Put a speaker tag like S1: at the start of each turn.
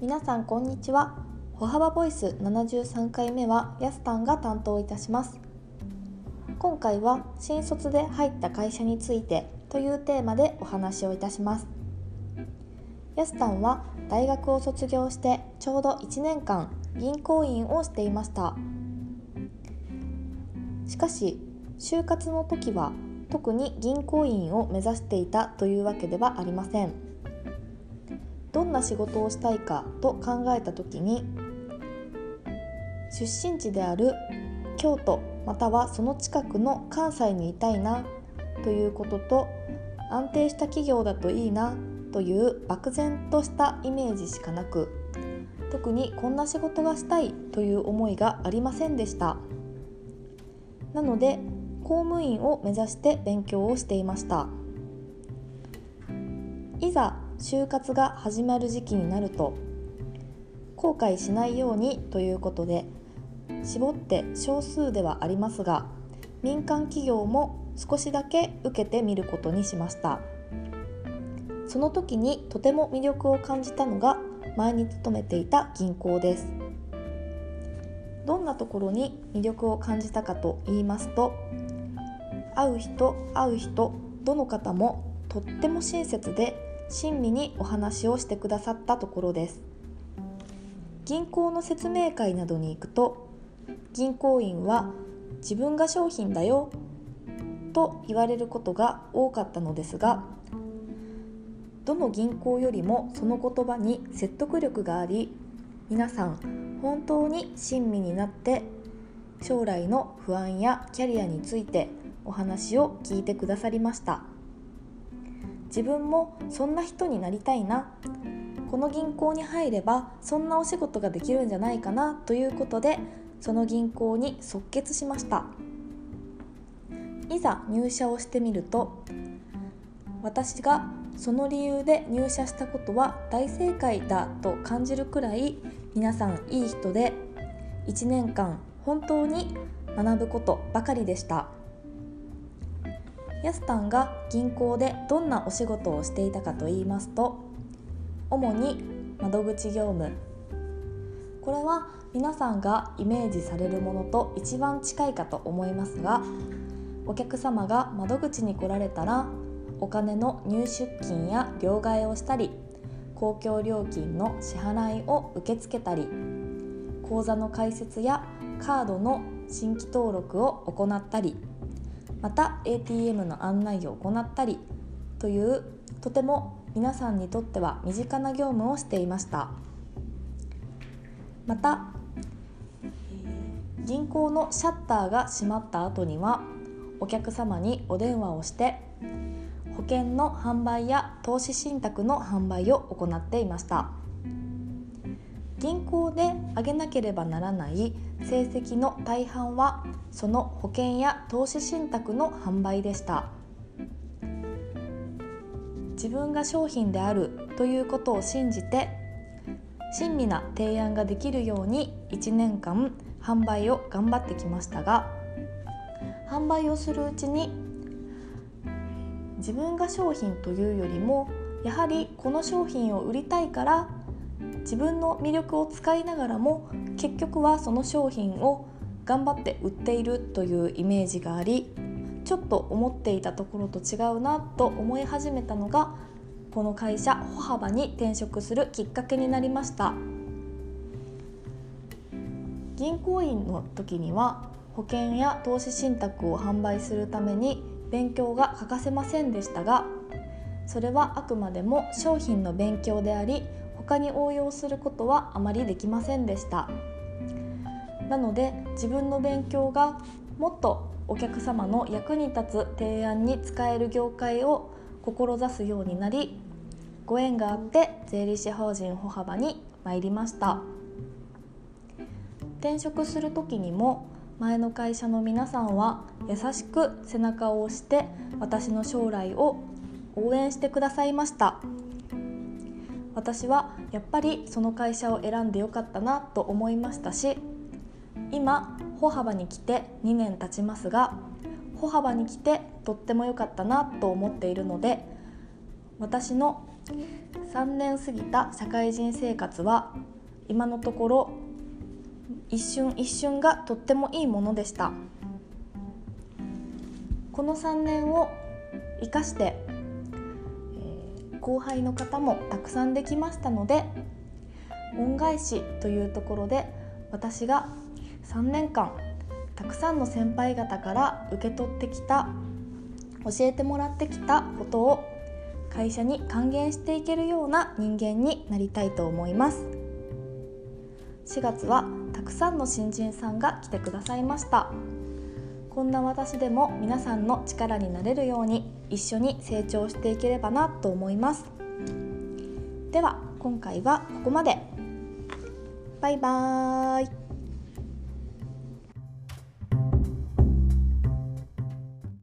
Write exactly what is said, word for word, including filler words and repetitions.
S1: 皆さんこんにちは。歩幅ボイスななじゅうさんかいめはやすたんが担当いたします。今回は新卒で入った会社についてというテーマでお話をいたします。やすたんは大学を卒業してちょうどいちねんかん銀行員をしていました。しかし就活の時は特に銀行員を目指していたというわけではありません。どんな仕事をしたいかと考えた時に、出身地である京都またはその近くの関西にいたいなということと、安定した企業だといいなという漠然としたイメージしかなく、特にこんな仕事がしたいという思いがありませんでした。なので公務員を目指して勉強をしていました。いざ就活が始まる時期になると、後悔しないようにということで、絞って少数ではありますが民間企業も少しだけ受けてみることにしました。その時にとても魅力を感じたのが前に勤めていた銀行です。どんなところに魅力を感じたかと言いますと、会う人会う人どの方もとっても親切で親身にお話をしてくださったところです。銀行の説明会などに行くと、銀行員は自分が商品だよと言われることが多かったのですが、どの銀行よりもその言葉に説得力があり、皆さん本当に親身になって将来の不安やキャリアについてお話を聞いてくださりました。自分もそんな人になりたいな、この銀行に入ればそんなお仕事ができるんじゃないかなということで、その銀行に即決しました。いざ入社をしてみると、私がその理由で入社したことは大正解だと感じるくらい皆さんいい人で、いちねんかん本当に学ぶことばかりでした。やすたんが銀行でどんなお仕事をしていたかと言いますと、主に窓口業務。これは皆さんがイメージされるものと一番近いかと思いますが、お客様が窓口に来られたら、お金の入出金や両替をしたり、公共料金の支払いを受け付けたり、口座の開設やカードの新規登録を行ったり、また エーティーエム の案内を行ったりという、とても皆さんにとっては身近な業務をしていました。また銀行のシャッターが閉まった後には、お客様にお電話をして保険の販売や投資信託の販売を行っていました。銀行で上げなければならない成績の大半はその保険や投資信託の販売でした。自分が商品であるということを信じて、親身な提案ができるようにいちねんかん販売を頑張ってきましたが、販売をするうちに自分が商品というよりも、やはりこの商品を売りたいから自分の魅力を使いながらも結局はその商品を頑張って売っているというイメージがあり、ちょっと思っていたところと違うなと思い始めたのが、この会社歩幅に転職するきっかけになりました。銀行員の時には保険や投資信託を販売するために勉強が欠かせませんでしたが、それはあくまでも商品の勉強であり、他に応用することはあまりできませんでした。なので自分の勉強がもっとお客様の役に立つ提案に使える業界を志すようになり、ご縁があって税理士法人歩幅に参りました。転職する時にも前の会社の皆さんは優しく背中を押して私の将来を応援してくださいました。私はやっぱりその会社を選んでよかったなと思いましたし、今歩幅に来てにねん経ちますが、歩幅に来てとっても良かったなと思っているので、私のさんねん過ぎた社会人生活は今のところ一瞬一瞬がとってもいいものでした。このさんねんを生かして、えー、後輩の方もたくさんできましたので、恩返しというところで私がさんねんかんたくさんの先輩方から受け取ってきた、教えてもらってきたことを会社に還元していけるような人間になりたいと思います。しがつはたくさんの新人さんが来てくださいました。こんな私でも皆さんの力になれるように一緒に成長していければなと思います。では今回はここまで。バイバーイ。